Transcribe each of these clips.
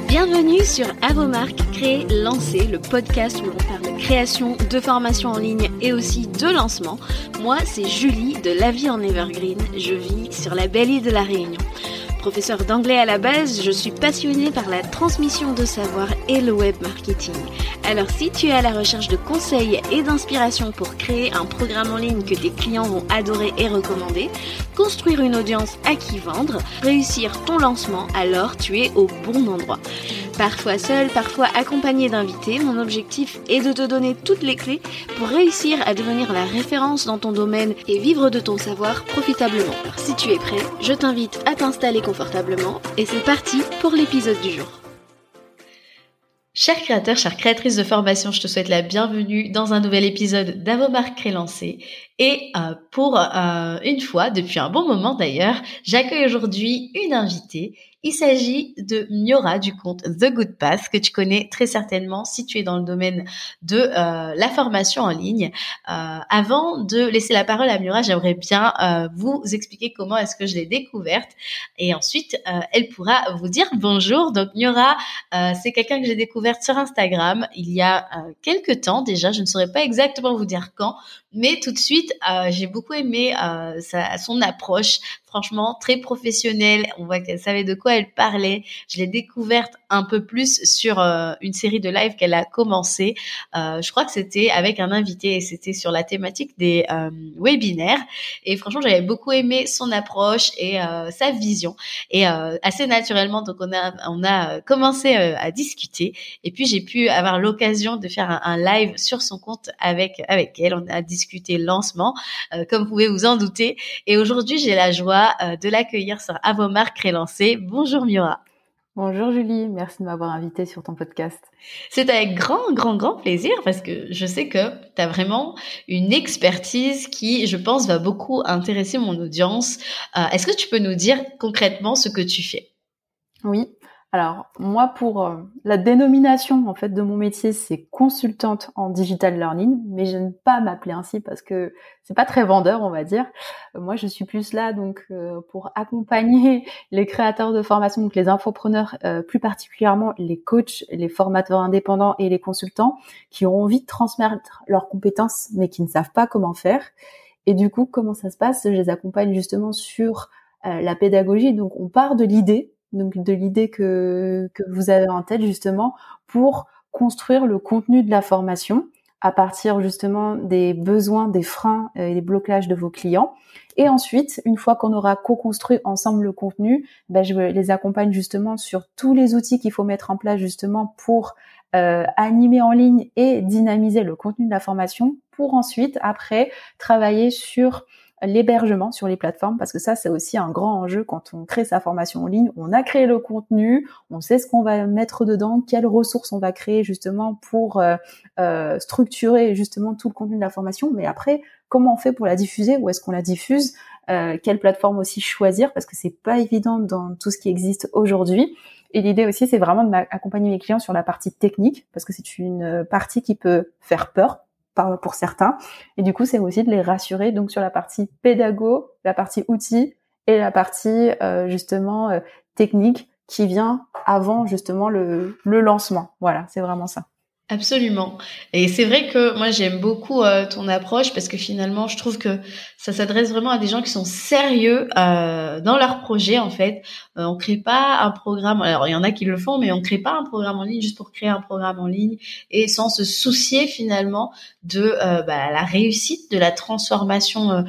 Bienvenue sur À vos marques, créer, lancer, le podcast où l'on parle de création, de formation en ligne et aussi de lancement. Moi, c'est Julie de La Vie en Evergreen. Je vis sur la belle île de la Réunion. Professeure d'anglais à la base, je suis passionnée par la transmission de savoir et le web marketing. Alors si tu es à la recherche de conseils et d'inspiration pour créer un programme en ligne que tes clients vont adorer et recommander, construire une audience à qui vendre, réussir ton lancement, alors tu es au bon endroit. Parfois seule, parfois accompagnée d'invités, mon objectif est de te donner toutes les clés pour réussir à devenir la référence dans ton domaine et vivre de ton savoir profitablement. Alors si tu es prêt, je t'invite à t'installer confortablement et c'est parti pour l'épisode du jour. Chers créateurs, chères créatrices de formation, je te souhaite la bienvenue dans un nouvel épisode d'À vos marques, créer, lancer. Et pour une fois, depuis un bon moment d'ailleurs, j'accueille aujourd'hui une invitée. Il s'agit de Miora du compte The Good Path, que tu connais très certainement si tu es dans le domaine de la formation en ligne. Avant de laisser la parole à Miora, j'aimerais bien vous expliquer comment est-ce que je l'ai découverte. Et ensuite, elle pourra vous dire bonjour. Donc Miora, c'est quelqu'un que j'ai découverte sur Instagram il y a quelques temps déjà. Je ne saurais pas exactement vous dire quand, mais tout de suite, j'ai beaucoup aimé son approche. Franchement, très professionnelle. On voit qu'elle savait de quoi elle parlait. Je l'ai découverte un peu plus sur une série de lives qu'elle a commencé. Je crois que c'était avec un invité et c'était sur la thématique des webinaires. Et franchement, j'avais beaucoup aimé son approche et sa vision. Et assez naturellement, donc on a commencé à discuter. Et puis j'ai pu avoir l'occasion de faire un live sur son compte avec elle. On a discuté lancement, comme vous pouvez vous en douter. Et aujourd'hui, j'ai la joie de l'accueillir sur À vos marques, créer, lancer. Bonjour Miora. Bonjour Julie, merci de m'avoir invitée sur ton podcast. C'est avec grand plaisir parce que je sais que tu as vraiment une expertise qui, je pense, va beaucoup intéresser mon audience. Est-ce que tu peux nous dire concrètement ce que tu fais ? Oui, alors moi pour la dénomination en fait de mon métier, c'est consultante en digital learning, mais je n'aime pas m'appeler ainsi parce que c'est pas très vendeur, on va dire. Moi, je suis plus là donc pour accompagner les créateurs de formation, donc les infopreneurs, plus particulièrement les coachs, les formateurs indépendants et les consultants qui ont envie de transmettre leurs compétences mais qui ne savent pas comment faire. Et du coup, comment ça se passe ? Je les accompagne justement sur la pédagogie. Donc, on part de l'idée que vous avez en tête justement pour construire le contenu de la formation à partir justement des besoins, des freins et des blocages de vos clients. Et ensuite, une fois qu'on aura co-construit ensemble le contenu, je les accompagne justement sur tous les outils qu'il faut mettre en place justement pour animer en ligne et dynamiser le contenu de la formation pour ensuite, après, travailler sur l'hébergement sur les plateformes, parce que ça, c'est aussi un grand enjeu quand on crée sa formation en ligne. On a créé le contenu, on sait ce qu'on va mettre dedans, quelles ressources on va créer justement pour structurer justement tout le contenu de la formation. Mais après, comment on fait pour la diffuser ? Où est-ce qu'on la diffuse ? Quelle plateforme aussi choisir ? Parce que c'est pas évident dans tout ce qui existe aujourd'hui. Et l'idée aussi, c'est vraiment de m'accompagner mes clients sur la partie technique, parce que c'est une partie qui peut faire peur pour certains. Et du coup, c'est aussi de les rassurer donc sur la partie pédago, la partie outils et la partie justement technique qui vient avant justement le lancement. Voilà, c'est vraiment ça. Absolument. Et c'est vrai que moi j'aime beaucoup ton approche parce que finalement je trouve que ça s'adresse vraiment à des gens qui sont sérieux dans leur projet en fait. On crée pas un programme, alors il y en a qui le font, mais on crée pas un programme en ligne juste pour créer un programme en ligne et sans se soucier finalement de la réussite, de la transformation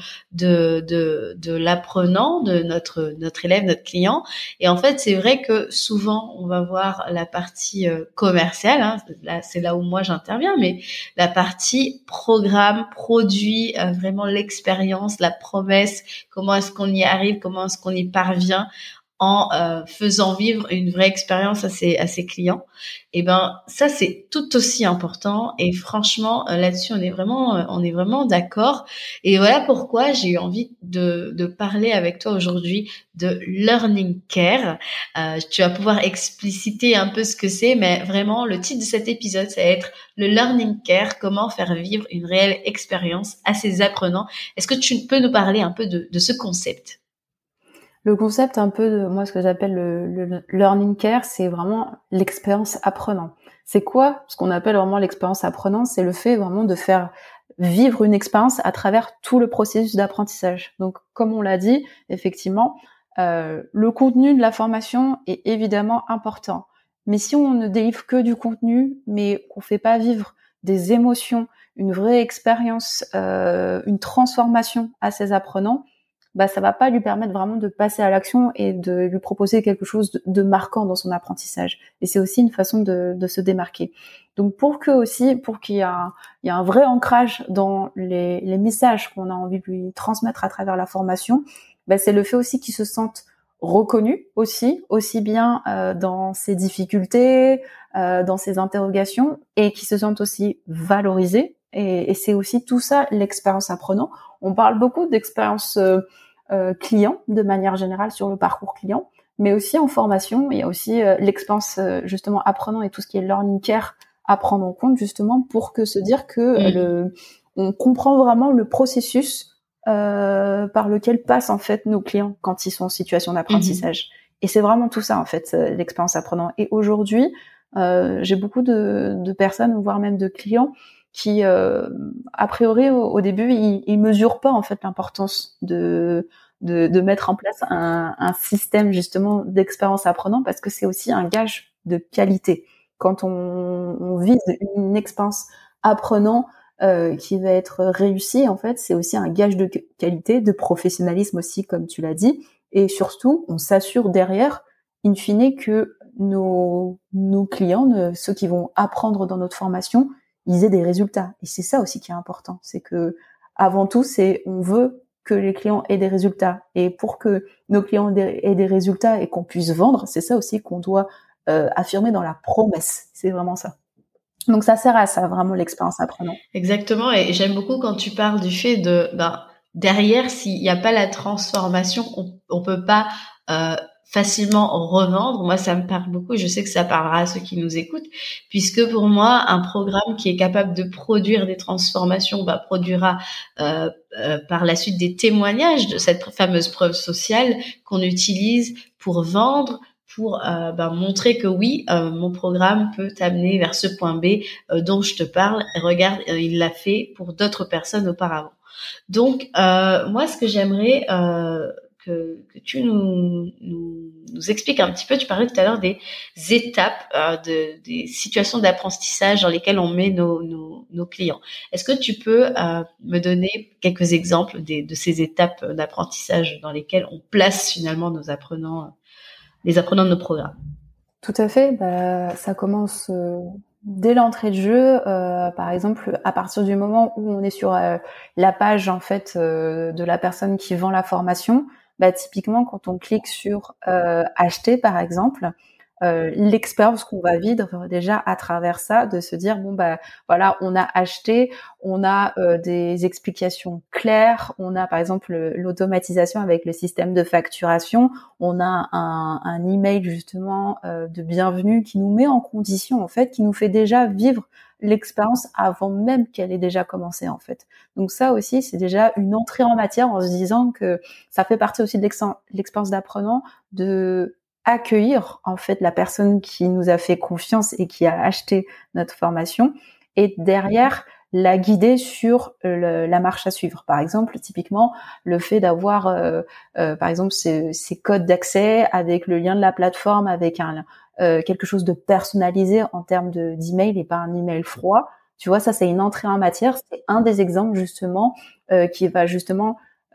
de l'apprenant, de notre élève, notre client. Et en fait c'est vrai que souvent on va voir la partie commerciale, hein, là c'est là où moi j'interviens, mais la partie programme, produit, vraiment l'expérience, la promesse, comment est-ce qu'on y arrive, comment est-ce qu'on y parvient en faisant vivre une vraie expérience à ses clients. Et ça c'est tout aussi important et franchement là-dessus on est vraiment d'accord. Et voilà pourquoi j'ai eu envie de parler avec toi aujourd'hui de Learning Care. Tu vas pouvoir expliciter un peu ce que c'est, mais vraiment le titre de cet épisode ça va être le Learning Care, comment faire vivre une réelle expérience à ses apprenants. Est-ce que tu peux nous parler un peu de ce concept ? Le concept un peu de moi, ce que j'appelle le learning care, c'est vraiment l'expérience apprenant. C'est quoi ce qu'on appelle vraiment l'expérience apprenant? C'est le fait vraiment de faire vivre une expérience à travers tout le processus d'apprentissage. Donc, comme on l'a dit, effectivement, le contenu de la formation est évidemment important. Mais si on ne délivre que du contenu, mais qu'on fait pas vivre des émotions, une vraie expérience, une transformation à ces apprenants, bah ça va pas lui permettre vraiment de passer à l'action et de lui proposer quelque chose de marquant dans son apprentissage. Et c'est aussi une façon de se démarquer. Donc pour qu'il y ait un vrai ancrage dans les messages qu'on a envie de lui transmettre à travers la formation, bah c'est le fait aussi qu'il se sente reconnu aussi bien dans ses difficultés, dans ses interrogations, et qui se sentent aussi valorisés. Et c'est aussi tout ça l'expérience apprenant. On parle beaucoup d'expérience client de manière générale sur le parcours client, mais aussi en formation, il y a aussi l'expérience justement apprenant et tout ce qui est learning care à prendre en compte justement pour que se dire que on comprend vraiment le processus par lequel passent en fait nos clients quand ils sont en situation d'apprentissage. Et c'est vraiment tout ça en fait l'expérience apprenant. Et aujourd'hui, j'ai beaucoup de personnes, voire même de clients qui a priori au début ils mesurent pas en fait l'importance de mettre en place un système justement d'expérience apprenant, parce que c'est aussi un gage de qualité. Quand on vise une expérience apprenant qui va être réussie, en fait, c'est aussi un gage de qualité, de professionnalisme aussi, comme tu l'as dit. Et surtout, on s'assure derrière, in fine, que nos clients, ceux qui vont apprendre dans notre formation, ils aient des résultats. Et c'est ça aussi qui est important. C'est que, avant tout, on veut que les clients aient des résultats. Et pour que nos clients aient des résultats et qu'on puisse vendre, c'est ça aussi qu'on doit affirmer dans la promesse. C'est vraiment ça. Donc ça sert à ça, vraiment, l'expérience apprenant. Exactement, et j'aime beaucoup quand tu parles du fait de, derrière, s'il n'y a pas la transformation, on peut pas facilement revendre. Moi, ça me parle beaucoup, je sais que ça parlera à ceux qui nous écoutent, puisque pour moi, un programme qui est capable de produire des transformations, produira par la suite des témoignages de cette fameuse preuve sociale qu'on utilise pour vendre, pour montrer que oui, mon programme peut t'amener vers ce point B dont je te parle. Regarde, il l'a fait pour d'autres personnes auparavant. Donc, moi, ce que j'aimerais que tu nous expliques un petit peu, tu parlais tout à l'heure des étapes, des situations d'apprentissage dans lesquelles on met nos clients. Est-ce que tu peux me donner quelques exemples de ces étapes d'apprentissage dans lesquelles on place finalement nos apprenants, les apprenants de nos programmes? Tout à fait. Ça commence dès l'entrée de jeu. Par exemple, à partir du moment où on est sur la page en fait de la personne qui vend la formation, typiquement quand on clique sur acheter par exemple, l'expérience qu'on va vivre déjà à travers ça, de se dire voilà, on a acheté, on a des explications claires, on a par exemple l'automatisation avec le système de facturation, on a un email justement de bienvenue qui nous met en condition en fait, qui nous fait déjà vivre l'expérience avant même qu'elle ait déjà commencé en fait. Donc ça aussi, c'est déjà une entrée en matière en se disant que ça fait partie aussi de l'expérience d'apprenant, de accueillir en fait la personne qui nous a fait confiance et qui a acheté notre formation, et derrière la guider sur la marche à suivre. Par exemple, typiquement, le fait d'avoir par exemple ces codes d'accès avec le lien de la plateforme, avec quelque chose de personnalisé en termes d'email et pas un email froid. Tu vois, ça c'est une entrée en matière. C'est un des exemples justement qui va justement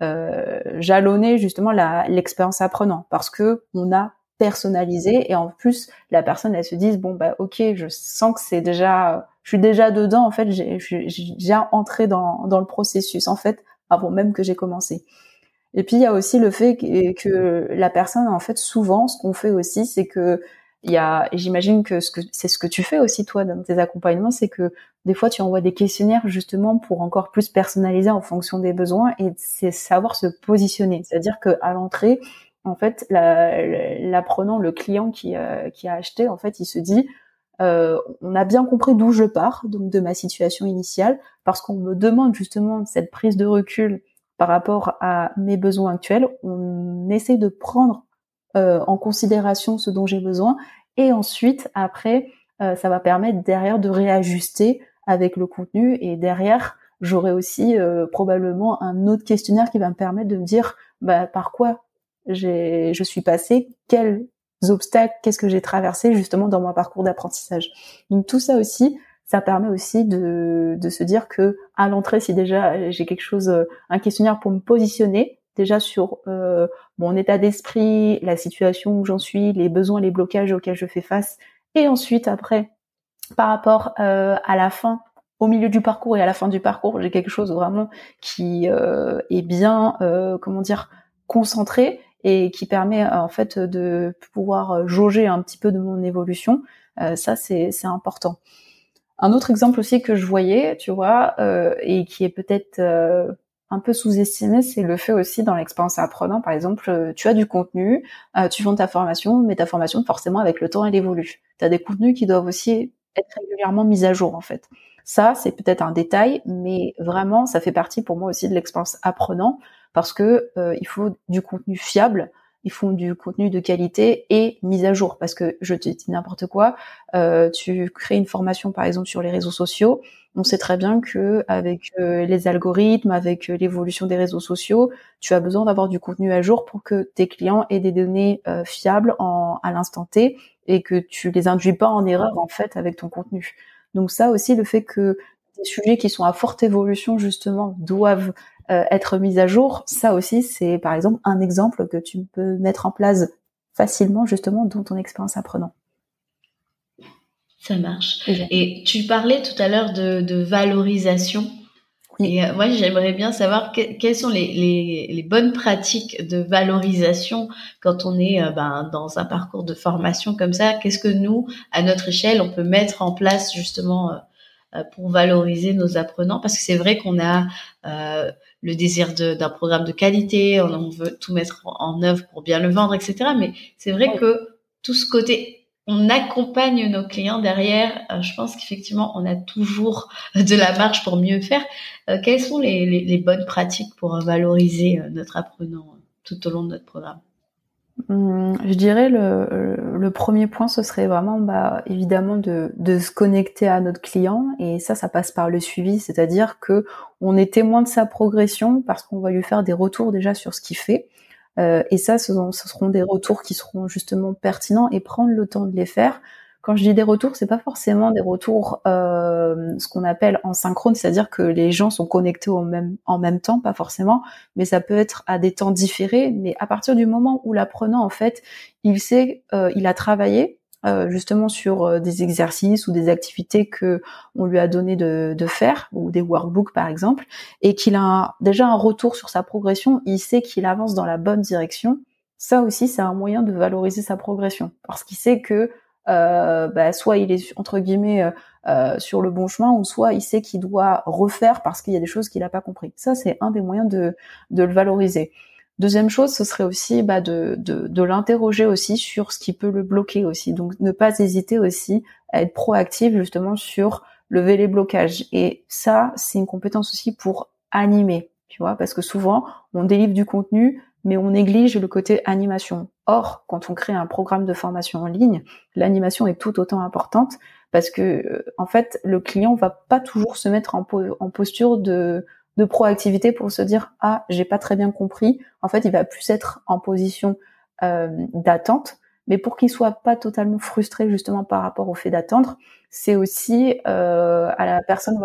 jalonner justement l'expérience apprenant, parce que on a personnalisé, et en plus la personne elle se dise ok, je sens que je suis déjà dedans en fait, j'ai déjà entré dans le processus en fait avant même que j'ai commencé. Et puis il y a aussi le fait que la personne en fait, souvent ce qu'on fait aussi, c'est que et j'imagine que c'est ce que tu fais aussi toi dans tes accompagnements, c'est que des fois tu envoies des questionnaires justement pour encore plus personnaliser en fonction des besoins, et c'est savoir se positionner, c'est-à-dire que à l'entrée en fait, l'apprenant, le client qui a acheté, en fait, il se dit on a bien compris d'où je pars, donc de ma situation initiale, parce qu'on me demande justement cette prise de recul par rapport à mes besoins actuels. On essaie de prendre en considération ce dont j'ai besoin, et ensuite, après, ça va permettre derrière de réajuster avec le contenu, et derrière, j'aurai aussi probablement un autre questionnaire qui va me permettre de me dire par quoi je suis passée, quels obstacles, qu'est-ce que j'ai traversé justement dans mon parcours d'apprentissage. Donc tout ça aussi, ça permet aussi de se dire que à l'entrée, si déjà j'ai quelque chose, un questionnaire pour me positionner déjà sur mon état d'esprit, la situation où j'en suis, les besoins, les blocages auxquels je fais face, et ensuite après, par rapport à la fin, au milieu du parcours et à la fin du parcours, j'ai quelque chose vraiment qui est bien, concentré, et qui permet en fait de pouvoir jauger un petit peu de mon évolution. Ça, c'est important. Un autre exemple aussi que je voyais, tu vois, et qui est peut-être un peu sous-estimé, c'est le fait aussi dans l'expérience apprenant, par exemple, tu as du contenu, tu vends ta formation, mais ta formation, forcément, avec le temps, elle évolue. Tu as des contenus qui doivent aussi être régulièrement mis à jour, en fait. Ça, c'est peut-être un détail, mais vraiment, ça fait partie pour moi aussi de l'expérience apprenant, parce que il faut du contenu fiable, il faut du contenu de qualité et mis à jour, parce que je te dis n'importe quoi, tu crées une formation par exemple sur les réseaux sociaux, on sait très bien que avec les algorithmes, avec l'évolution des réseaux sociaux, tu as besoin d'avoir du contenu à jour pour que tes clients aient des données fiables à l'instant T, et que tu les induis pas en erreur en fait avec ton contenu. Donc ça aussi, le fait que des sujets qui sont à forte évolution justement doivent être mis à jour, ça aussi c'est par exemple un exemple que tu peux mettre en place facilement justement dans ton expérience apprenant. Ça marche. Et tu parlais tout à l'heure de valorisation. Oui. Et moi, j'aimerais bien savoir quelles sont les bonnes pratiques de valorisation quand on est dans un parcours de formation comme ça. Qu'est-ce que nous, à notre échelle, on peut mettre en place justement pour valoriser nos apprenants? Parce que c'est vrai qu'on a le désir d'un programme de qualité, on veut tout mettre en œuvre pour bien le vendre, etc. Mais c'est vrai que tout ce côté, on accompagne nos clients derrière. Je pense qu'effectivement, on a toujours de la marge pour mieux faire. Quelles sont les bonnes pratiques pour valoriser notre apprenant tout au long de notre programme? Je dirais le premier point, ce serait vraiment évidemment de se connecter à notre client, et ça passe par le suivi, c'est-à-dire que on est témoin de sa progression parce qu'on va lui faire des retours déjà sur ce qu'il fait, et ça ce seront des retours qui seront justement pertinents, et prendre le temps de les faire. Quand je dis des retours, c'est pas forcément des retours ce qu'on appelle en synchrone, c'est-à-dire que les gens sont connectés en même temps, pas forcément, mais ça peut être à des temps différés. Mais à partir du moment où l'apprenant, en fait, il sait, il a travaillé justement sur des exercices ou des activités que on lui a donné de faire, ou des workbooks par exemple, et qu'il a déjà un retour sur sa progression, il sait qu'il avance dans la bonne direction. Ça aussi, c'est un moyen de valoriser sa progression, parce qu'il sait que soit il est entre guillemets sur le bon chemin, ou soit il sait qu'il doit refaire parce qu'il y a des choses qu'il n'a pas compris. Ça, c'est un des moyens de le valoriser. Deuxième chose, ce serait aussi de l'interroger aussi sur ce qui peut le bloquer aussi. Donc ne pas hésiter aussi à être proactif justement sur lever les blocages. Et ça, c'est une compétence aussi pour animer, tu vois, parce que souvent on délivre du contenu, mais on néglige le côté animation. Or, quand on crée un programme de formation en ligne, l'animation est tout autant importante, parce que en fait, le client va pas toujours se mettre en posture de proactivité pour se dire « Ah, j'ai pas très bien compris ». En fait, il va plus être en position d'attente. Mais pour qu'il soit pas totalement frustré justement par rapport au fait d'attendre, c'est aussi à la personne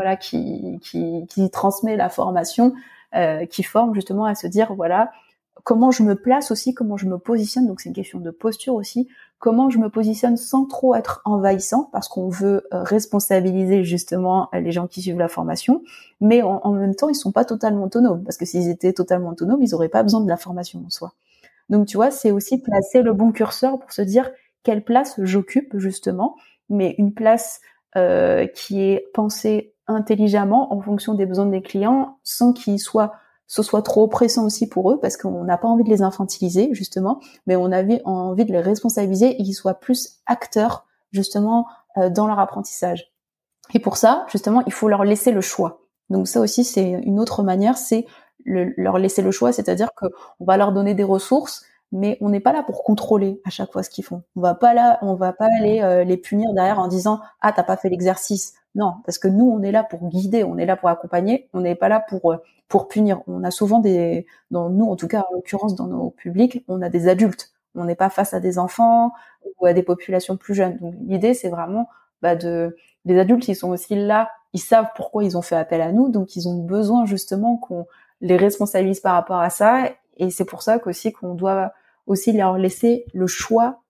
qui transmet la formation, qui forme justement à se dire voilà, comment je me place aussi, comment je me positionne. Donc c'est une question de posture aussi. Comment je me positionne sans trop être envahissant, parce qu'on veut responsabiliser justement les gens qui suivent la formation, mais en même temps ils sont pas totalement autonomes, parce que s'ils étaient totalement autonomes, ils auraient pas besoin de la formation en soi. Donc tu vois, c'est aussi placer le bon curseur pour se dire quelle place j'occupe justement, mais une place qui est pensée intelligemment en fonction des besoins des clients, sans ce soit trop oppressant aussi pour eux, parce qu'on n'a pas envie de les infantiliser justement, mais on avait envie de les responsabiliser et qu'ils soient plus acteurs justement dans leur apprentissage. Et pour ça, justement, il faut leur laisser le choix. Donc ça aussi, c'est une autre manière, c'est leur laisser le choix, c'est-à-dire que on va leur donner des ressources, mais on n'est pas là pour contrôler à chaque fois ce qu'ils font. On va pas aller les punir derrière en disant ah t'as pas fait l'exercice. Non, parce que nous on est là pour guider, on est là pour accompagner, on n'est pas là pour punir. On a souvent nous en tout cas en l'occurrence dans nos publics, on a des adultes. On n'est pas face à des enfants ou à des populations plus jeunes. Donc l'idée c'est vraiment les adultes ils sont aussi là, ils savent pourquoi ils ont fait appel à nous, donc ils ont besoin justement qu'on les responsabilise par rapport à ça, et c'est pour ça qu'aussi qu'on doit aussi leur laisser le choix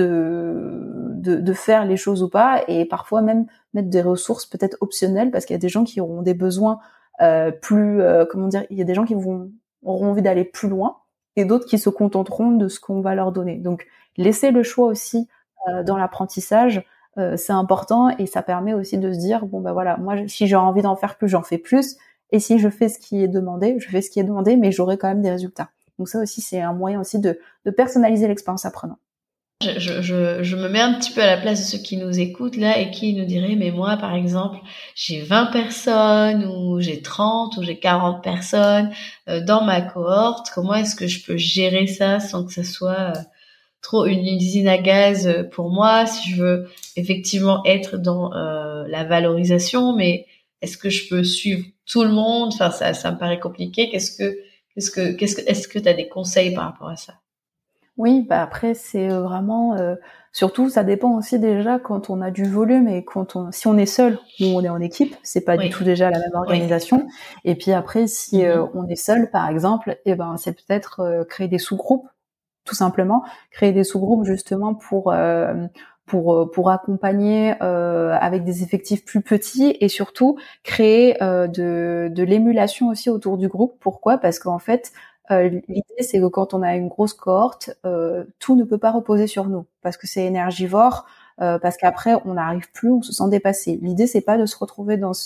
de faire les choses ou pas, et parfois même mettre des ressources peut-être optionnelles, parce qu'il y a des gens qui auront des besoins il y a des gens qui auront envie d'aller plus loin, et d'autres qui se contenteront de ce qu'on va leur donner. Donc laisser le choix aussi dans l'apprentissage, c'est important, et ça permet aussi de se dire bon bah voilà, moi si j'ai envie d'en faire plus, j'en fais plus, et si je fais ce qui est demandé, je fais ce qui est demandé, mais j'aurai quand même des résultats. Donc ça aussi c'est un moyen aussi de personnaliser l'expérience apprenant. Je me mets un petit peu à la place de ceux qui nous écoutent là et qui nous diraient mais moi par exemple j'ai 20 personnes ou j'ai 30 ou j'ai 40 personnes dans ma cohorte, comment est-ce que je peux gérer ça sans que ça soit trop une usine à gaz pour moi, si je veux effectivement être dans la valorisation, mais est-ce que je peux suivre tout le monde? Enfin ça me paraît compliqué. Est-ce que tu as des conseils par rapport à ça? Oui, bah après c'est vraiment surtout ça dépend aussi déjà quand on a du volume, et si on est seul ou on est en équipe, c'est pas du tout déjà la même organisation. Oui. Et puis après si on est seul par exemple, et ben c'est peut-être créer des sous-groupes, tout simplement, créer des sous-groupes justement pour accompagner avec des effectifs plus petits, et surtout créer de l'émulation aussi autour du groupe. Pourquoi ? Parce qu'en fait l'idée c'est que quand on a une grosse cohorte, tout ne peut pas reposer sur nous, parce que c'est énergivore, parce qu'après on n'arrive plus, on se sent dépassé. L'idée c'est pas de se retrouver dans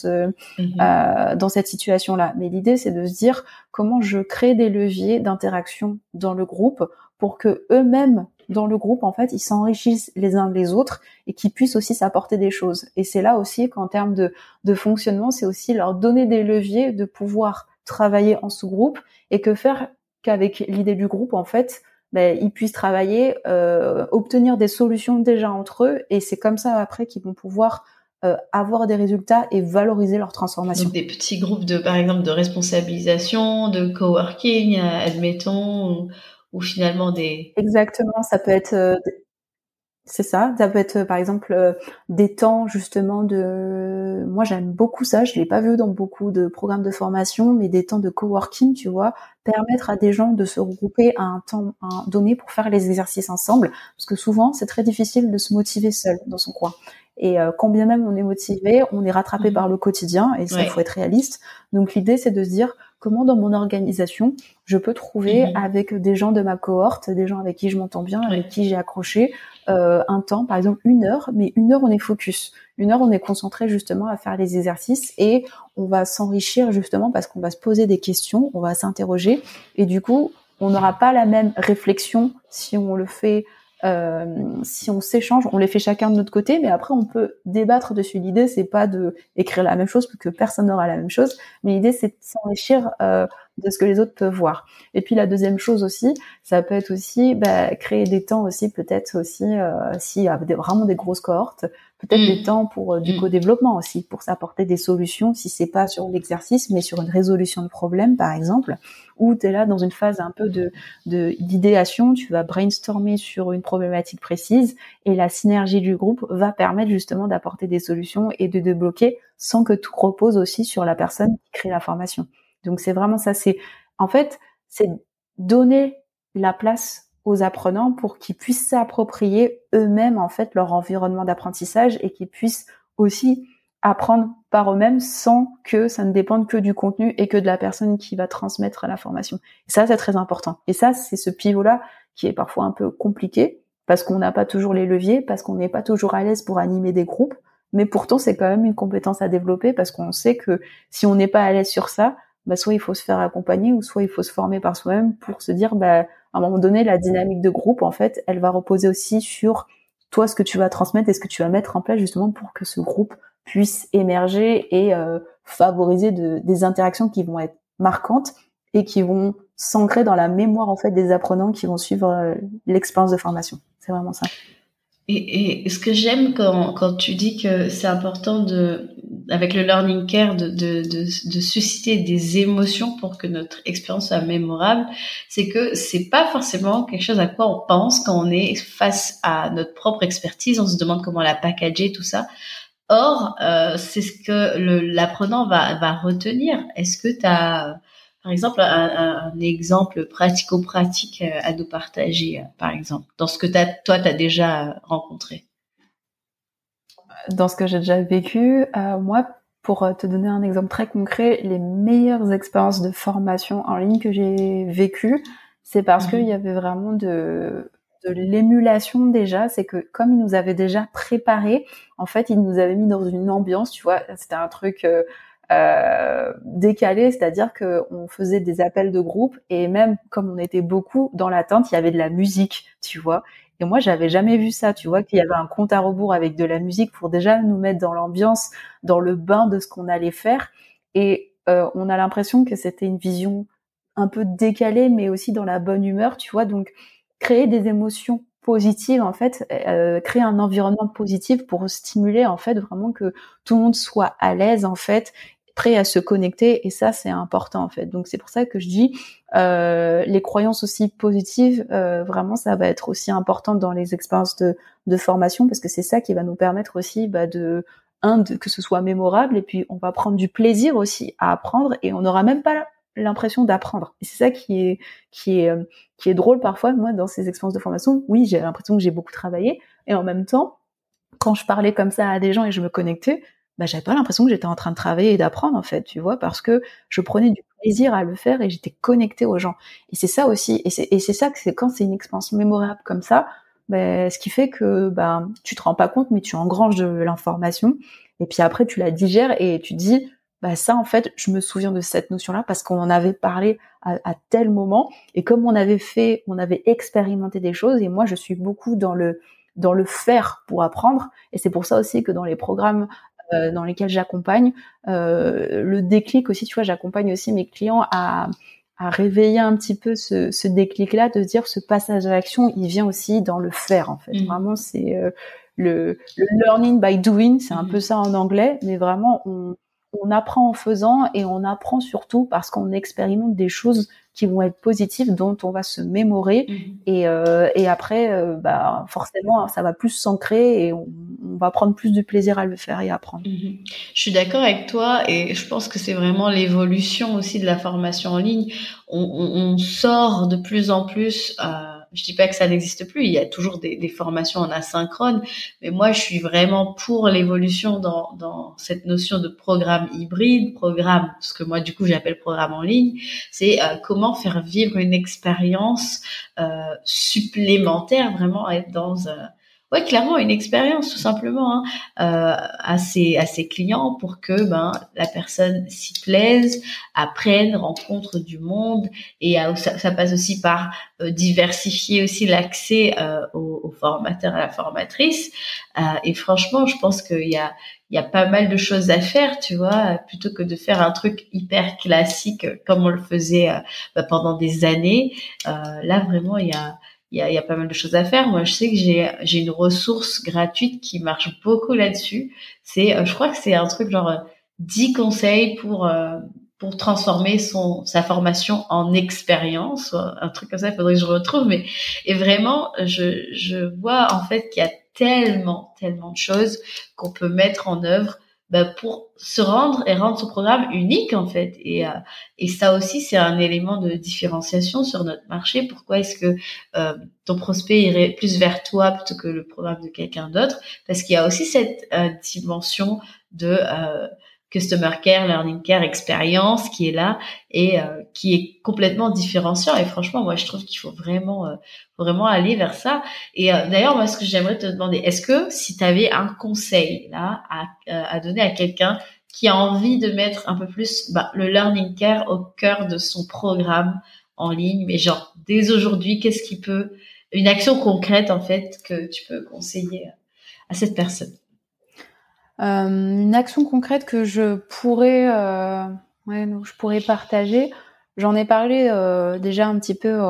cette situation là, mais l'idée c'est de se dire comment je crée des leviers d'interaction dans le groupe pour que eux-mêmes dans le groupe en fait ils s'enrichissent les uns des autres et qu'ils puissent aussi s'apporter des choses. Et c'est là aussi qu'en termes de fonctionnement, c'est aussi leur donner des leviers de pouvoir travailler en sous-groupe, et qu'avec l'idée du groupe en fait ils puissent travailler, obtenir des solutions déjà entre eux, et c'est comme ça après qu'ils vont pouvoir avoir des résultats et valoriser leur transformation. Donc des petits groupes par exemple de responsabilisation, de coworking, admettons, ou finalement des... Exactement, ça peut être c'est ça peut être par exemple des temps justement moi j'aime beaucoup ça, je l'ai pas vu dans beaucoup de programmes de formation, mais des temps de coworking, tu vois, permettre à des gens de se regrouper à un temps donné pour faire les exercices ensemble, parce que souvent c'est très difficile de se motiver seul dans son coin. Et quand bien même on est motivé, on est rattrapé par le quotidien, et ça, il faut être réaliste. Donc l'idée c'est de se dire comment dans mon organisation je peux trouver avec des gens de ma cohorte, des gens avec qui je m'entends bien, avec qui j'ai accroché, un temps, par exemple 1 heure, mais 1 heure on est focus, 1 heure on est concentré justement à faire les exercices, et on va s'enrichir justement parce qu'on va se poser des questions, on va s'interroger, et du coup on n'aura pas la même réflexion si on le fait, si on s'échange, on les fait chacun de notre côté, mais après on peut débattre dessus. L'idée c'est pas de écrire la même chose parce que personne n'aura la même chose, mais l'idée c'est de s'enrichir de ce que les autres peuvent voir. Et puis la deuxième chose aussi, ça peut être aussi créer des temps aussi, peut-être aussi s'il y a vraiment des grosses cohortes, peut-être des temps pour du co-développement aussi, pour s'apporter des solutions, si c'est pas sur l'exercice mais sur une résolution de problème par exemple, où tu es là dans une phase un peu d'idéation, tu vas brainstormer sur une problématique précise, et la synergie du groupe va permettre justement d'apporter des solutions et de débloquer sans que tout repose aussi sur la personne qui crée la formation. Donc c'est vraiment ça, c'est donner la place aux apprenants pour qu'ils puissent s'approprier eux-mêmes en fait leur environnement d'apprentissage, et qu'ils puissent aussi apprendre par eux-mêmes sans que ça ne dépende que du contenu et que de la personne qui va transmettre la formation. Et ça, c'est très important. Et ça, c'est ce pivot-là qui est parfois un peu compliqué, parce qu'on n'a pas toujours les leviers, parce qu'on n'est pas toujours à l'aise pour animer des groupes, mais pourtant c'est quand même une compétence à développer, parce qu'on sait que si on n'est pas à l'aise sur ça, soit il faut se faire accompagner, ou soit il faut se former par soi-même pour se dire, à un moment donné, la dynamique de groupe, en fait, elle va reposer aussi sur toi, ce que tu vas transmettre et ce que tu vas mettre en place justement pour que ce groupe puisse émerger et favoriser des interactions qui vont être marquantes et qui vont s'ancrer dans la mémoire en fait des apprenants qui vont suivre l'expérience de formation. C'est vraiment ça. Et ce que j'aime quand tu dis que c'est important avec le learning care, de susciter des émotions pour que notre expérience soit mémorable, c'est que c'est pas forcément quelque chose à quoi on pense quand on est face à notre propre expertise. On se demande comment la packager, tout ça. Or, c'est ce que l'apprenant va retenir. Est-ce que tu as, par exemple, un exemple pratico-pratique à nous partager, par exemple, dans ce que toi, t'as déjà rencontré? Dans ce que j'ai déjà vécu, moi, pour te donner un exemple très concret, les meilleures expériences de formation en ligne que j'ai vécues, c'est parce qu'il y avait vraiment de l'émulation déjà. C'est que comme ils nous avaient déjà préparé, en fait, ils nous avaient mis dans une ambiance, tu vois, c'était un truc décalé, c'est-à-dire que on faisait des appels de groupe et même comme on était beaucoup dans l'attente, il y avait de la musique, tu vois. Et moi, j'avais jamais vu ça, tu vois, qu'il y avait un compte à rebours avec de la musique pour déjà nous mettre dans l'ambiance, dans le bain de ce qu'on allait faire. Et on a l'impression que c'était une vision un peu décalée, mais aussi dans la bonne humeur, tu vois. Donc, créer des émotions positives, en fait, créer un environnement positif pour stimuler, en fait, vraiment que tout le monde soit à l'aise, en fait, prêt à se connecter. Et ça, c'est important, en fait. Donc, c'est pour ça que je dis les croyances aussi positives, vraiment, ça va être aussi important dans les expériences de formation parce que c'est ça qui va nous permettre aussi que ce soit mémorable et puis on va prendre du plaisir aussi à apprendre et on n'aura même pas l'impression d'apprendre. Et c'est ça qui est drôle parfois, moi, dans ces expériences de formation. Oui, j'ai l'impression que j'ai beaucoup travaillé et en même temps, quand je parlais comme ça à des gens et je me connectais, j'avais pas l'impression que j'étais en train de travailler et d'apprendre, en fait, tu vois, parce que je prenais du plaisir à le faire et j'étais connectée aux gens. Et c'est ça aussi, et c'est ça que c'est quand c'est une expérience mémorable comme ça, ce qui fait que, tu te rends pas compte, mais tu engranges de l'information. Et puis après, tu la digères et tu dis, ça, en fait, je me souviens de cette notion-là parce qu'on en avait parlé à tel moment. Et comme on avait expérimenté des choses, et moi, je suis beaucoup dans le faire pour apprendre. Et c'est pour ça aussi que dans les programmes dans lesquels j'accompagne, le déclic aussi, tu vois, j'accompagne aussi mes clients à réveiller un petit peu ce déclic-là, de dire ce passage à l'action, il vient aussi dans le faire, en fait. Vraiment, c'est le learning by doing, c'est un peu ça en anglais, mais vraiment, on apprend en faisant et on apprend surtout parce qu'on expérimente des choses qui vont être positives, dont on va se mémorer et après, forcément, ça va plus s'ancrer et on va prendre plus de plaisir à le faire et à apprendre. Je suis d'accord avec toi et je pense que c'est vraiment l'évolution aussi de la formation en ligne. On sort de plus en plus. Je dis pas que ça n'existe plus. Il y a toujours des formations en asynchrone, mais moi je suis vraiment pour l'évolution dans cette notion de programme hybride, ce que moi du coup j'appelle programme en ligne. C'est comment faire vivre une expérience supplémentaire, vraiment être dans ouais, clairement une expérience tout simplement à ses clients pour que la personne s'y plaise, apprenne, rencontre du monde et ça passe aussi par diversifier aussi l'accès aux formateurs, à la formatrice. Et franchement, je pense qu'il y a pas mal de choses à faire, tu vois, plutôt que de faire un truc hyper classique comme on le faisait pendant des années. Là, vraiment, il y a pas mal de choses à faire. Moi, je sais que j'ai une ressource gratuite qui marche beaucoup là-dessus. Je crois que c'est un truc genre 10 conseils pour transformer sa formation en expérience, un truc comme ça. Il faudrait que je retrouve, et vraiment, je vois en fait qu'il y a tellement de choses qu'on peut mettre en œuvre pour se rendre son programme unique en fait. Et ça aussi, c'est un élément de différenciation sur notre marché. Pourquoi est-ce que ton prospect irait plus vers toi plutôt que le programme de quelqu'un d'autre? Parce qu'il y a aussi cette dimension de customer care, learning care, expérience qui est là et qui est complètement différenciant. Et franchement, moi, je trouve qu'il faut vraiment aller vers ça. Et d'ailleurs, moi, ce que j'aimerais te demander, est-ce que si tu avais un conseil là à donner à quelqu'un qui a envie de mettre un peu plus le learning care au cœur de son programme en ligne, mais genre dès aujourd'hui, une action concrète en fait que tu peux conseiller à cette personne? Une action concrète que je pourrais partager. J'en ai parlé déjà un petit peu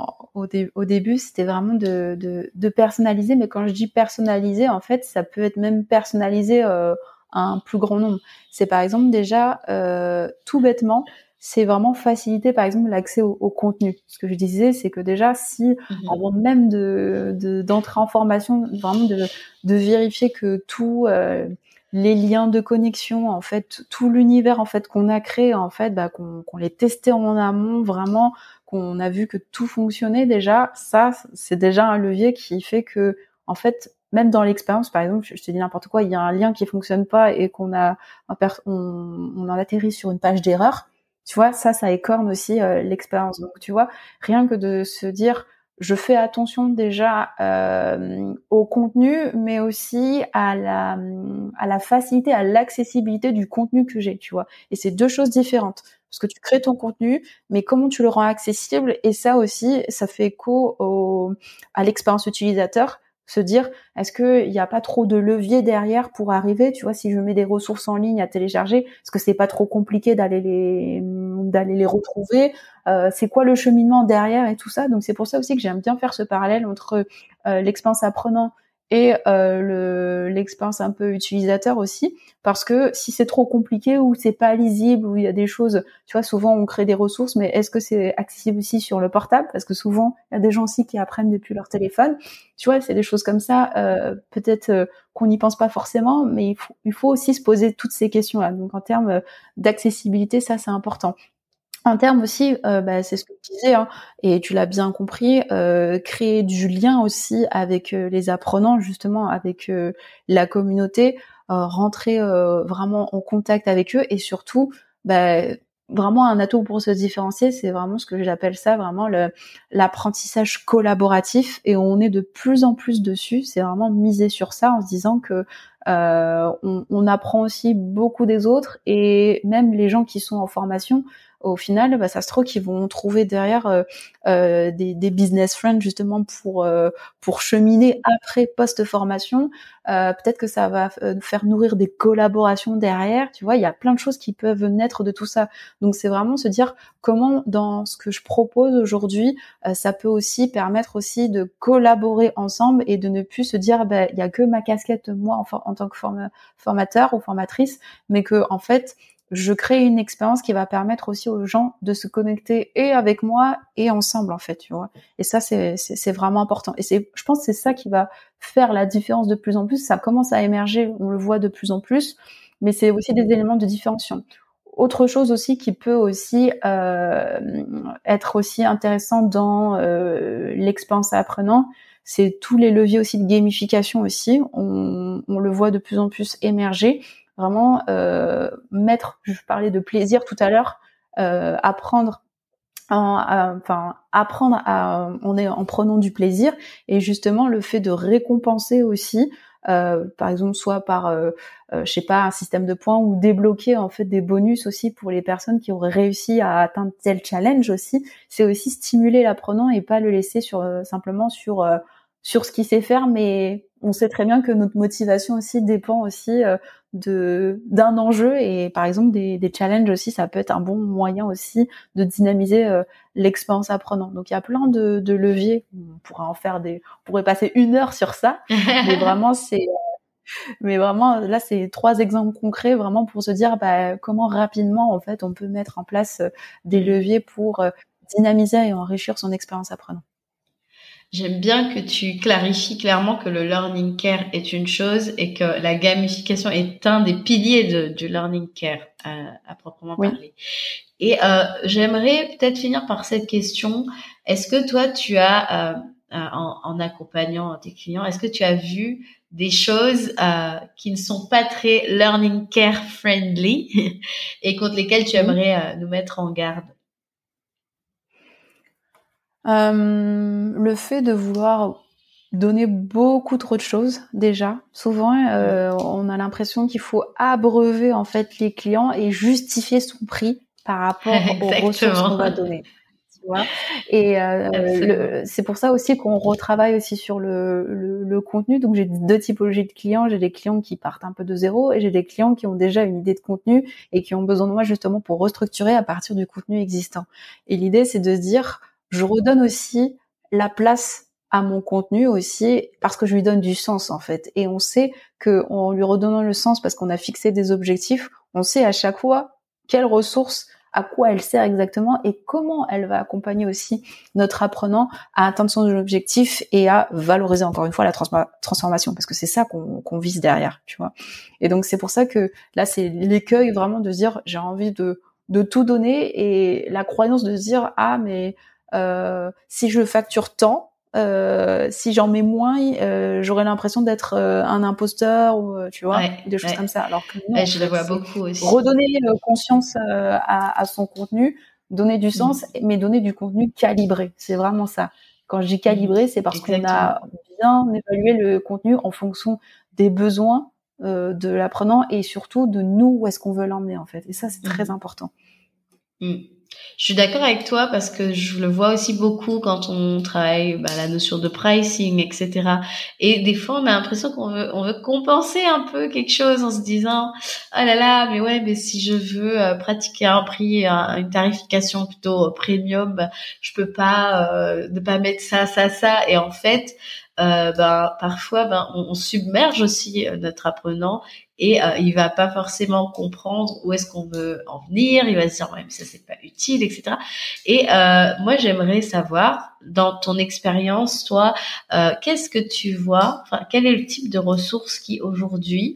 au début, c'était vraiment de personnaliser, mais quand je dis personnaliser, en fait, ça peut être même personnalisé à un plus grand nombre. C'est par exemple déjà, tout bêtement, c'est vraiment faciliter par exemple l'accès au contenu. Ce que je disais, c'est que déjà, si avant même d'entrer en formation, vraiment de vérifier que tout les liens de connexion, en fait, tout l'univers en fait qu'on a créé, en fait, qu'on les testait en amont, vraiment, qu'on a vu que tout fonctionnait déjà. Ça, c'est déjà un levier qui fait que, en fait, même dans l'expérience, par exemple, je te dis n'importe quoi, il y a un lien qui fonctionne pas et qu'on a on en atterrit sur une page d'erreur. Tu vois, ça écorne aussi l'expérience. Donc, tu vois, rien que de se dire je fais attention déjà au contenu, mais aussi à la facilité, à l'accessibilité du contenu que j'ai, tu vois. Et c'est deux choses différentes. Parce que tu crées ton contenu, mais comment tu le rends accessible, et ça aussi, ça fait écho à l'expérience utilisateur. Se dire, est-ce qu'il n'y a pas trop de levier derrière pour arriver, tu vois, si je mets des ressources en ligne à télécharger, est-ce que c'est pas trop compliqué d'aller les retrouver, c'est quoi le cheminement derrière et tout ça. Donc c'est pour ça aussi que j'aime bien faire ce parallèle entre l'expérience apprenant et l'expérience un peu utilisateur aussi, parce que si c'est trop compliqué ou c'est pas lisible, ou il y a des choses, tu vois, souvent on crée des ressources, mais est-ce que c'est accessible aussi sur le portable, parce que souvent il y a des gens aussi qui apprennent depuis leur téléphone, tu vois, c'est des choses comme ça, peut-être qu'on n'y pense pas forcément, mais il faut aussi se poser toutes ces questions-là. Donc en termes d'accessibilité, ça c'est important. En termes aussi, c'est ce que tu disais, hein, et tu l'as bien compris, créer du lien aussi avec les apprenants, justement avec la communauté, rentrer vraiment en contact avec eux, et surtout, vraiment un atout pour se différencier, c'est vraiment ce que j'appelle ça, vraiment l'apprentissage collaboratif, et on est de plus en plus dessus. C'est vraiment miser sur ça en se disant que on apprend aussi beaucoup des autres, et même les gens qui sont en formation, au final, ça se trouve qu'ils vont trouver derrière des business friends, justement pour cheminer après post-formation. Peut-être que ça va faire nourrir des collaborations derrière. Tu vois, il y a plein de choses qui peuvent naître de tout ça. Donc c'est vraiment se dire comment, dans ce que je propose aujourd'hui, ça peut aussi permettre aussi de collaborer ensemble, et de ne plus se dire il y a que ma casquette moi en tant que formateur ou formatrice, mais que en fait je crée une expérience qui va permettre aussi aux gens de se connecter et avec moi et ensemble, en fait, tu vois. Et ça, c'est vraiment important. Et je pense que c'est ça qui va faire la différence de plus en plus. Ça commence à émerger, on le voit de plus en plus, mais c'est aussi des éléments de différenciation. Autre chose aussi qui peut aussi être aussi intéressant dans l'expérience apprenant, c'est tous les leviers aussi de gamification aussi. On le voit de plus en plus émerger. Vraiment je parlais de plaisir tout à l'heure, apprendre on est en prenant du plaisir, et justement le fait de récompenser aussi, par exemple soit par je sais pas, un système de points, ou débloquer en fait des bonus aussi pour les personnes qui auraient réussi à atteindre tel challenge aussi, c'est aussi stimuler l'apprenant et pas le laisser simplement sur ce qu'il sait faire. Mais on sait très bien que notre motivation aussi dépend aussi d'un enjeu, et par exemple des challenges aussi, ça peut être un bon moyen aussi de dynamiser l'expérience apprenant. Donc il y a plein de leviers, on pourrait passer 1 heure sur ça, mais vraiment là c'est 3 exemples concrets vraiment pour se dire comment rapidement en fait on peut mettre en place des leviers pour dynamiser et enrichir son expérience apprenant. J'aime bien que tu clarifies clairement que le learning care est une chose et que la gamification est un des piliers du learning care à proprement parler. Et j'aimerais peut-être finir par cette question. Est-ce que toi, tu as, en accompagnant tes clients, est-ce que tu as vu des choses qui ne sont pas très learning care friendly et contre lesquelles tu aimerais nous mettre en garde? Le fait de vouloir donner beaucoup trop de choses, déjà. Souvent, on a l'impression qu'il faut abreuver en fait les clients et justifier son prix par rapport aux ressources qu'on va donner. Tu vois. Et Absolument. c'est pour ça aussi qu'on retravaille aussi sur le contenu. Donc j'ai deux typologies de clients. J'ai des clients qui partent un peu de zéro et j'ai des clients qui ont déjà une idée de contenu et qui ont besoin de moi justement pour restructurer à partir du contenu existant. Et l'idée, c'est de se dire, je redonne aussi la place à mon contenu aussi parce que je lui donne du sens en fait. Et on sait que en lui redonnant le sens parce qu'on a fixé des objectifs, on sait à chaque fois quelles ressources, à quoi elle sert exactement et comment elle va accompagner aussi notre apprenant à atteindre son objectif et à valoriser encore une fois la transformation parce que c'est ça qu'on vise derrière, tu vois. Et donc c'est pour ça que là c'est l'écueil vraiment de se dire j'ai envie de tout donner et la croyance de se dire ah mais si je facture tant, si j'en mets moins, j'aurais l'impression d'être un imposteur ou tu vois, Ouais, des choses comme ouais. ça. Alors que non, Ouais, en je le fait, vois c'est beaucoup aussi. redonner conscience à son contenu, donner du sens, Mmh. mais donner du contenu calibré. C'est vraiment ça. Quand je dis Mmh. calibré, c'est parce qu'on a Exactement. bien évalué le contenu en fonction des besoins de l'apprenant et surtout de nous où est-ce qu'on veut l'emmener en fait. Et ça, c'est très Mmh. important. Mmh. Je suis d'accord avec toi parce que je le vois aussi beaucoup quand on travaille la notion de pricing, etc. Et des fois, on a l'impression on veut compenser un peu quelque chose en se disant, ah là là, mais ouais, mais si je veux pratiquer un prix, une tarification plutôt premium, je peux pas ne pas mettre ça, ça, ça. Et en fait, parfois, on submerge aussi notre apprenant et il va pas forcément comprendre où est-ce qu'on veut en venir. Il va se dire ouais mais ça c'est pas utile, etc. Et moi j'aimerais savoir dans ton expérience, toi, qu'est-ce que tu vois, enfin quel est le type de ressources qui aujourd'hui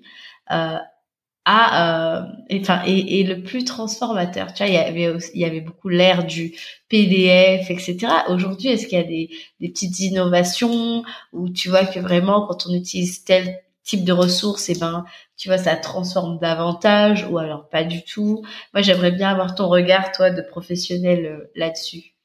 est le plus transformateur. Tu vois, il y avait beaucoup l'ère du PDF, etc. Aujourd'hui, est-ce qu'il y a des petites innovations où tu vois que vraiment quand on utilise tel type de ressources, et ben, tu vois, ça transforme davantage ou alors pas du tout. Moi, j'aimerais bien avoir ton regard, toi, de professionnel là-dessus.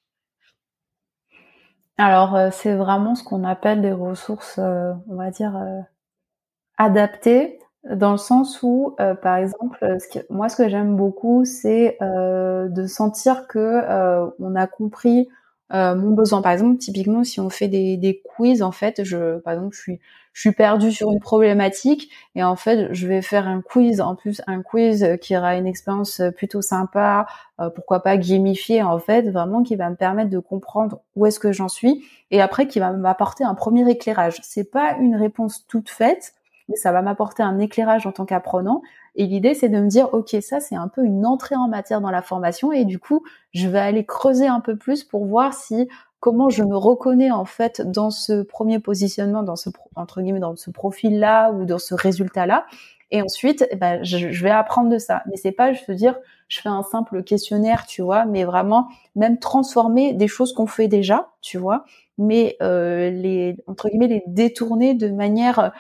Alors, c'est vraiment ce qu'on appelle des ressources, on va dire, adaptées, dans le sens où, par exemple, ce que j'aime beaucoup, c'est de sentir que on a compris mon besoin. Par exemple, typiquement, si on fait des quiz, en fait, par exemple, je suis perdue sur une problématique et en fait, je vais faire un quiz. En plus, un quiz qui aura une expérience plutôt sympa, pourquoi pas gamifié, en fait, vraiment qui va me permettre de comprendre où est-ce que j'en suis et après qui va m'apporter un premier éclairage. C'est pas une réponse toute faite mais ça va m'apporter un éclairage en tant qu'apprenant. Et l'idée, c'est de me dire, OK, ça, c'est un peu une entrée en matière dans la formation. Et du coup, je vais aller creuser un peu plus pour voir si, comment je me reconnais, en fait, dans ce premier positionnement, entre guillemets, dans ce profil-là ou dans ce résultat-là. Et ensuite, je vais apprendre de ça. Mais c'est pas juste dire, je fais un simple questionnaire, tu vois, mais vraiment, même transformer des choses qu'on fait déjà, tu vois, mais entre guillemets, les détourner de manière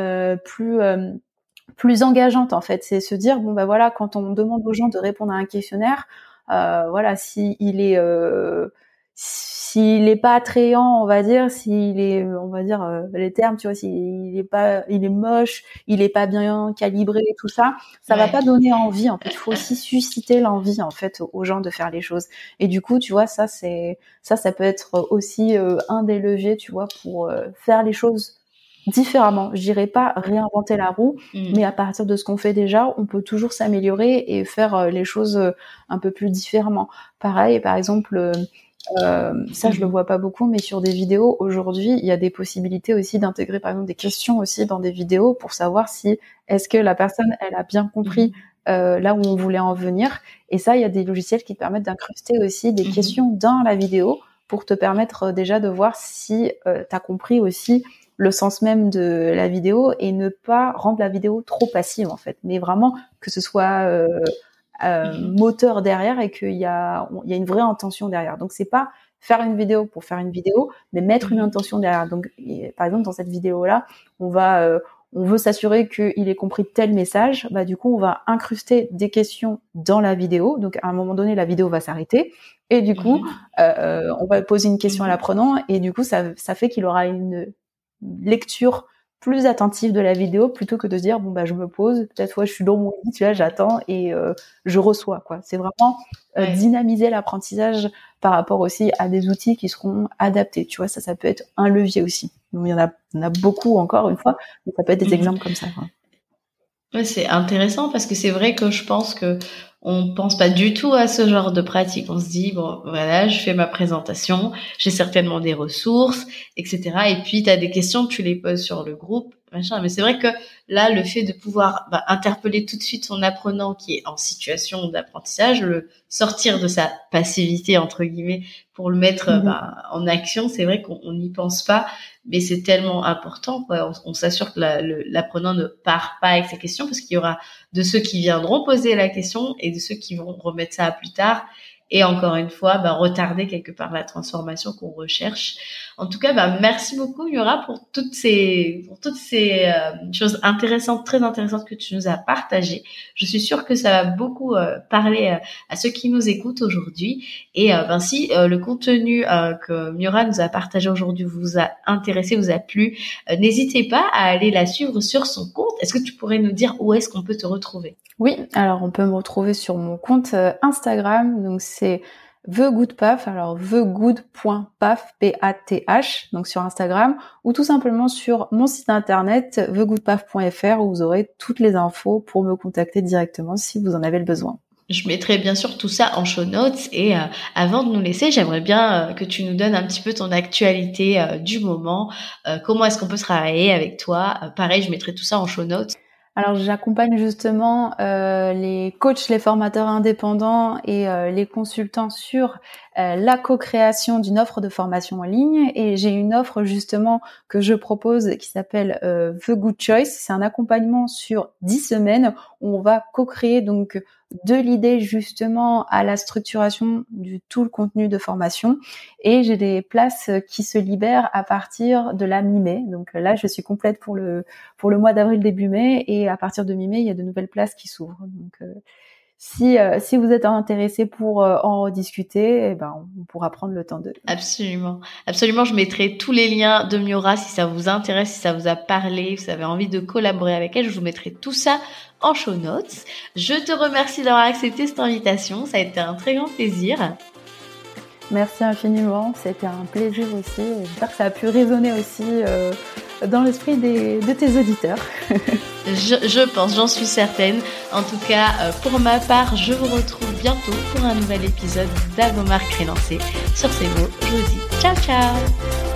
plus engageante en fait. C'est se dire bon bah voilà quand on demande aux gens de répondre à un questionnaire, voilà s'il est pas attrayant, on va dire, s'il est, on va dire les termes, tu vois, il est moche, il est pas bien calibré, tout ça, ça va Ouais. pas donner envie. En fait, il faut aussi susciter l'envie en fait aux gens de faire les choses. Et du coup, tu vois, ça peut être aussi un des leviers, tu vois, pour faire les choses différemment. Je dirais pas réinventer la roue, mais à Mm. partir de ce qu'on fait déjà, on peut toujours s'améliorer et faire les choses un peu plus différemment. Pareil, par exemple, ça je le vois pas beaucoup, mais sur des vidéos aujourd'hui, il y a des possibilités aussi d'intégrer par exemple des questions aussi dans des vidéos pour savoir si est-ce que la personne elle a bien compris Mhm. là où on voulait en venir. Et ça, il y a des logiciels qui te permettent d'incruster aussi des questions Mhm. dans la vidéo pour te permettre déjà de voir si tu as compris aussi le sens même de la vidéo et ne pas rendre la vidéo trop passive en fait, mais vraiment que ce soit Mhm. moteur derrière et il y a une vraie intention derrière. Donc c'est pas faire une vidéo pour faire une vidéo, mais mettre une Mhm. intention derrière. Donc par exemple dans cette vidéo là, on veut s'assurer qu'il ait compris tel message. Bah du coup on va incruster des questions dans la vidéo. Donc à un moment donné la vidéo va s'arrêter et du coup Mhm. on va poser une question à Mhm. l'apprenant et du coup ça fait qu'il aura une lecture plus attentif de la vidéo plutôt que de se dire bon bah je me pose, peut-être je suis dans mon lit, tu vois, j'attends et je reçois quoi. C'est vraiment dynamiser l'apprentissage par rapport aussi à des outils qui seront adaptés. Tu vois, ça peut être un levier aussi. Donc, il y en a beaucoup encore une fois, mais ça peut être des exemples comme ça. Quoi. Ouais, c'est intéressant parce que c'est vrai que je pense que on pense pas du tout à ce genre de pratique. On se dit bon, voilà, je fais ma présentation, j'ai certainement des ressources, etc. Et puis t'as des questions, tu les poses sur le groupe, machin. Mais c'est vrai que là, le fait de pouvoir interpeller tout de suite son apprenant qui est en situation d'apprentissage, le sortir de sa passivité entre guillemets pour le mettre en action, c'est vrai qu'on n'y pense pas. Mais c'est tellement important, quoi. On s'assure que l'apprenant ne part pas avec ses questions parce qu'il y aura de ceux qui viendront poser la question et de ceux qui vont remettre ça à plus tard. Et encore une fois, retarder quelque part la transformation qu'on recherche. En tout cas, merci beaucoup, Miora, pour toutes ces choses intéressantes, très intéressantes que tu nous as partagées. Je suis sûre que ça va beaucoup parler à ceux qui nous écoutent aujourd'hui. Et si le contenu que Miora nous a partagé aujourd'hui vous a intéressé, vous a plu, n'hésitez pas à aller la suivre sur son compte. Est-ce que tu pourrais nous dire où est-ce qu'on peut te retrouver? Oui, alors on peut me retrouver sur mon compte Instagram, donc c'est TheGoodPath, alors thegood.path, P-A-T-H, donc sur Instagram, ou tout simplement sur mon site internet thegoodpath.fr où vous aurez toutes les infos pour me contacter directement si vous en avez le besoin. Je mettrai bien sûr tout ça en show notes et avant de nous laisser, j'aimerais bien que tu nous donnes un petit peu ton actualité du moment. Comment est-ce qu'on peut travailler avec toi? Pareil, je mettrai tout ça en show notes. Alors j'accompagne justement les coachs, les formateurs indépendants et les consultants sur la co-création d'une offre de formation en ligne et j'ai une offre justement que je propose qui s'appelle The Good Choice. C'est un accompagnement sur 10 semaines où on va co-créer donc de l'idée justement à la structuration du tout le contenu de formation et j'ai des places qui se libèrent à partir de la mi-mai. Donc là, je suis complète pour le mois d'avril début mai et à partir de mi-mai, il y a de nouvelles places qui s'ouvrent. Donc si vous êtes intéressé pour en rediscuter, on pourra prendre le temps de... Absolument. Absolument, je mettrai tous les liens de Miora si ça vous intéresse, si ça vous a parlé, si vous avez envie de collaborer avec elle, je vous mettrai tout ça en show notes. Je te remercie d'avoir accepté cette invitation, ça a été un très grand plaisir. Merci infiniment, c'était un plaisir aussi. J'espère que ça a pu résonner aussi dans l'esprit de tes auditeurs. Je pense, j'en suis certaine. En tout cas, pour ma part, je vous retrouve bientôt pour un nouvel épisode d'Avomar Crélancé. Sur ces mots, je vous dis ciao ciao.